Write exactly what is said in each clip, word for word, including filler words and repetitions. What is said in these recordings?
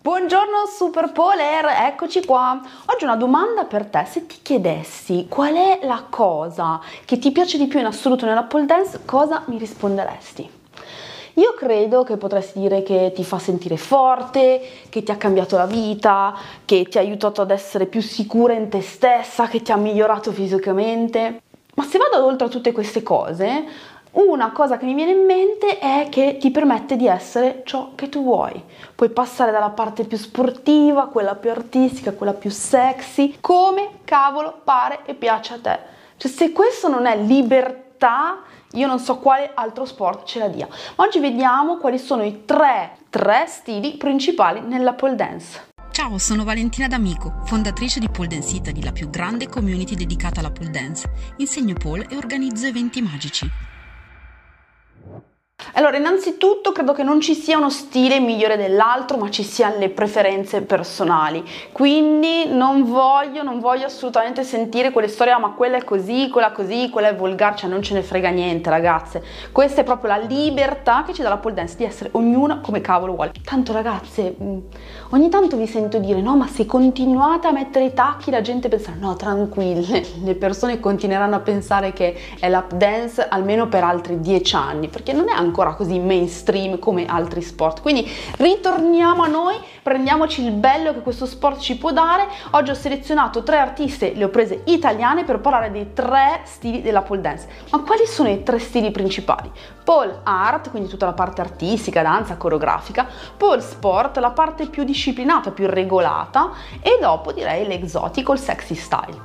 Buongiorno Super Poler, eccoci qua. Oggi una domanda per te: se ti chiedessi qual è la cosa che ti piace di più in assoluto nella pole dance, cosa mi risponderesti? Io credo che potresti dire che ti fa sentire forte, che ti ha cambiato la vita, che ti ha aiutato ad essere più sicura in te stessa, che ti ha migliorato fisicamente. Ma se vado oltre a tutte queste cose, una cosa che mi viene in mente è che ti permette di essere ciò che tu vuoi. Puoi passare dalla parte più sportiva, quella più artistica, quella più sexy, come cavolo pare e piace a te. Cioè, se questo non è libertà, io non so quale altro sport ce la dia. Ma oggi vediamo quali sono i tre, tre stili principali nella pole dance. Ciao, sono Valentina D'Amico, fondatrice di Pole Dance Italy, la più grande community dedicata alla pole dance. Insegno pole e organizzo eventi magici. Allora, innanzitutto credo che non ci sia uno stile migliore dell'altro, ma ci siano le preferenze personali. Quindi non voglio, non voglio assolutamente sentire quelle storie, ah, ma quella è così, quella così, quella è volgare, cioè non ce ne frega niente, ragazze. Questa è proprio la libertà che ci dà la pole dance, di essere ognuna come cavolo vuole. Tanto, ragazze, ogni tanto vi sento dire, no, ma se continuate a mettere i tacchi la gente penserà, no, tranquille, le persone continueranno a pensare che è lap dance almeno per altri dieci anni, perché non è ancora così mainstream come altri sport. Quindi ritorniamo a noi, prendiamoci il bello che questo sport ci può dare. Oggi ho selezionato tre artiste, le ho prese italiane, per parlare dei tre stili della pole dance. Ma quali sono i tre stili principali? Pole art, quindi tutta la parte artistica, danza, coreografica; pole sport, la parte più disciplinata, più regolata; e dopo direi l'exotico, il sexy style.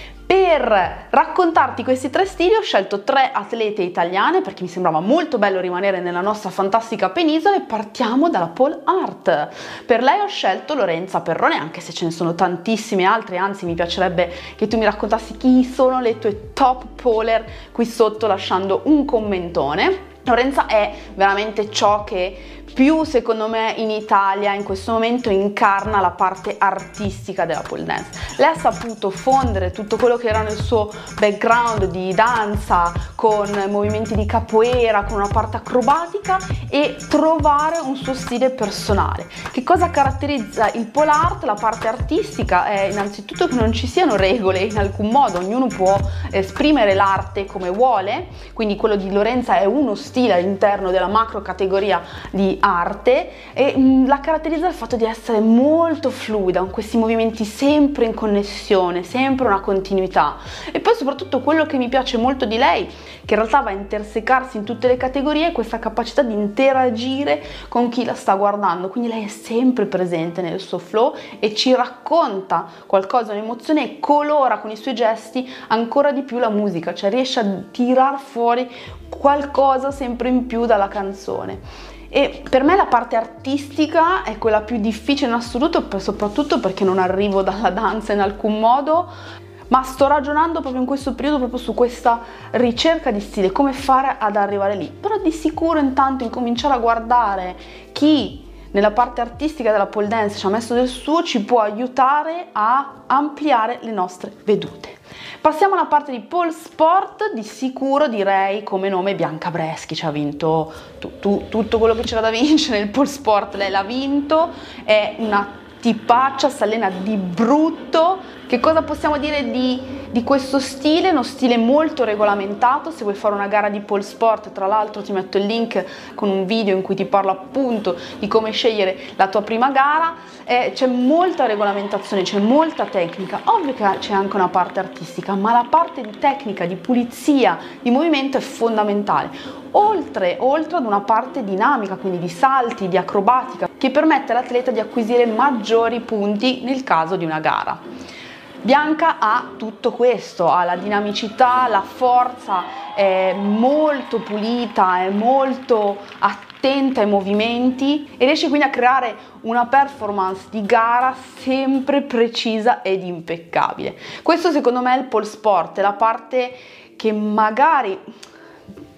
Per raccontarti questi tre stili ho scelto tre atlete italiane perché mi sembrava molto bello rimanere nella nostra fantastica penisola, e partiamo dalla pole art. Per lei ho scelto Lorenza Perrone, anche se ce ne sono tantissime altre, anzi mi piacerebbe che tu mi raccontassi chi sono le tue top poler qui sotto lasciando un commentone. Lorenza è veramente ciò che più, secondo me, in Italia in questo momento incarna la parte artistica della pole dance. Lei ha saputo fondere tutto quello che era nel suo background di danza con movimenti di capoeira, con una parte acrobatica, e trovare un suo stile personale. Che cosa caratterizza il pole art, la parte artistica? È innanzitutto che non ci siano regole in alcun modo, ognuno può esprimere l'arte come vuole, quindi quello di Lorenza è uno stile all'interno della macro categoria di arte, e mh, la caratterizza il fatto di essere molto fluida, con questi movimenti sempre in connessione, sempre una continuità. E poi soprattutto quello che mi piace molto di lei, che in realtà va a intersecarsi in tutte le categorie, è questa capacità di interagire con chi la sta guardando. Quindi lei è sempre presente nel suo flow e ci racconta qualcosa, un'emozione, e colora con i suoi gesti ancora di più la musica, cioè riesce a tirar fuori qualcosa sempre in più dalla canzone. E per me la parte artistica è quella più difficile in assoluto, soprattutto perché non arrivo dalla danza in alcun modo, ma sto ragionando proprio in questo periodo proprio su questa ricerca di stile, come fare ad arrivare lì. Però di sicuro intanto incominciare a guardare chi nella parte artistica della pole dance ci ha messo del suo ci può aiutare a ampliare le nostre vedute. Passiamo alla parte di pole sport. Di sicuro direi come nome Bianca Breschi, ci ha vinto tu, tu, tutto quello che c'era da vincere nel pole sport, lei l'ha vinto, è una tipaccia, si allena di brutto. Che cosa possiamo dire di, di questo stile? Uno stile molto regolamentato. Se vuoi fare una gara di pole sport, tra l'altro ti metto il link con un video in cui ti parlo appunto di come scegliere la tua prima gara. Eh, c'è molta regolamentazione, c'è molta tecnica. Ovvio che c'è anche una parte artistica, ma la parte di tecnica, di pulizia, di movimento è fondamentale. Oltre, oltre ad una parte dinamica, quindi di salti, di acrobatica, che permette all'atleta di acquisire maggiori punti nel caso di una gara. Bianca ha tutto questo, ha la dinamicità, la forza, è molto pulita, è molto attenta ai movimenti e riesce quindi a creare una performance di gara sempre precisa ed impeccabile. Questo secondo me è il pole sport, è la parte che magari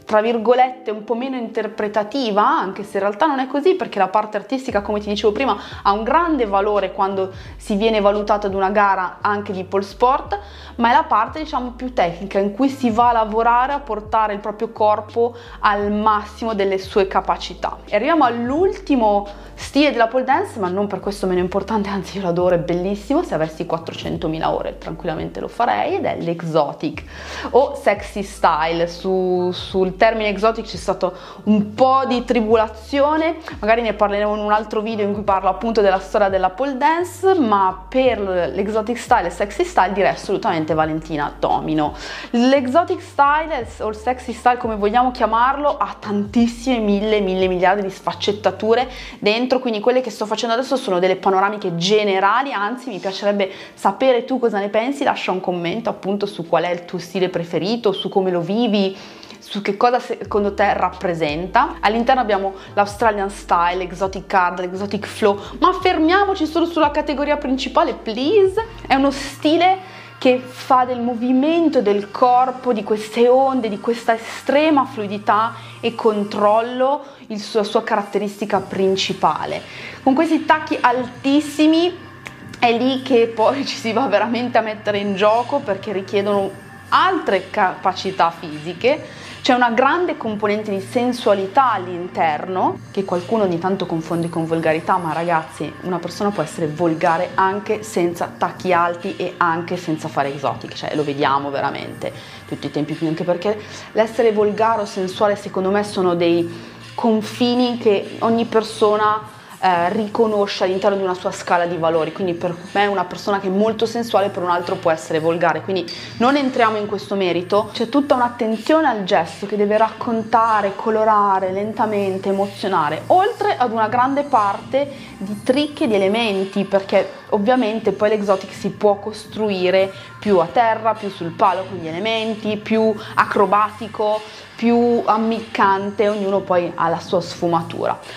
tra virgolette un po' meno interpretativa, anche se in realtà non è così, perché la parte artistica, come ti dicevo prima, ha un grande valore quando si viene valutata ad una gara anche di pole sport, ma è la parte diciamo più tecnica in cui si va a lavorare a portare il proprio corpo al massimo delle sue capacità. E arriviamo all'ultimo stile della pole dance, ma non per questo meno importante, anzi io l'adoro, è bellissimo. Se avessi quattrocentomila ore tranquillamente lo farei, ed è l'exotic o sexy style. Su, sul termine exotic c'è stato un po' di tribolazione, magari ne parleremo in un altro video in cui parlo appunto della storia della pole dance, ma per l'exotic style e sexy style direi assolutamente Valentina domino. L'exotic style o il sexy style, come vogliamo chiamarlo, ha tantissime mille mille miliardi di sfaccettature dentro, quindi quelle che sto facendo adesso sono delle panoramiche generali, anzi mi piacerebbe sapere tu cosa ne pensi. Lascia un commento appunto su qual è il tuo stile preferito, su come lo vivi, su che cosa secondo te rappresenta. All'interno abbiamo l'Australian style, l'exotic hard, l'exotic flow, ma fermiamoci solo sulla categoria principale, please. È uno stile che fa del movimento del corpo, di queste onde, di questa estrema fluidità e controllo il suo, la sua caratteristica principale. Con questi tacchi altissimi è lì che poi ci si va veramente a mettere in gioco, perché richiedono altre capacità fisiche. C'è una grande componente di sensualità all'interno, che qualcuno ogni tanto confonde con volgarità, ma ragazzi, una persona può essere volgare anche senza tacchi alti e anche senza fare exotic, cioè lo vediamo veramente tutti i tempi, anche perché l'essere volgare o sensuale secondo me sono dei confini che ogni persona Eh, riconosce all'interno di una sua scala di valori. Quindi per me una persona che è molto sensuale per un altro può essere volgare, quindi non entriamo in questo merito. C'è tutta un'attenzione al gesto che deve raccontare, colorare lentamente, emozionare, oltre ad una grande parte di trick e di elementi, perché ovviamente poi l'exotic si può costruire più a terra, più sul palo con gli elementi, più acrobatico, più ammiccante, ognuno poi ha la sua sfumatura.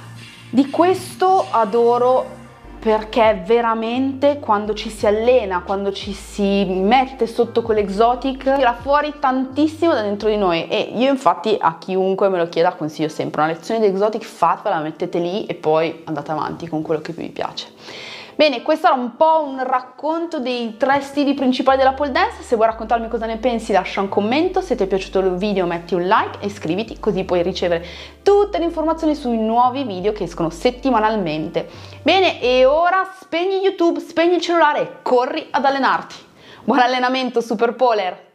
Di questo adoro, perché veramente quando ci si allena, quando ci si mette sotto quell'exotic, tira fuori tantissimo da dentro di noi. E io infatti a chiunque me lo chieda consiglio sempre una lezione di exotic, fatela, mettete lì e poi andate avanti con quello che più vi piace. Bene, questo era un po' un racconto dei tre stili principali della pole dance. Se vuoi raccontarmi cosa ne pensi lascia un commento, se ti è piaciuto il video metti un like e iscriviti, così puoi ricevere tutte le informazioni sui nuovi video che escono settimanalmente. Bene, e ora spegni YouTube, spegni il cellulare e corri ad allenarti. Buon allenamento, Super Poler!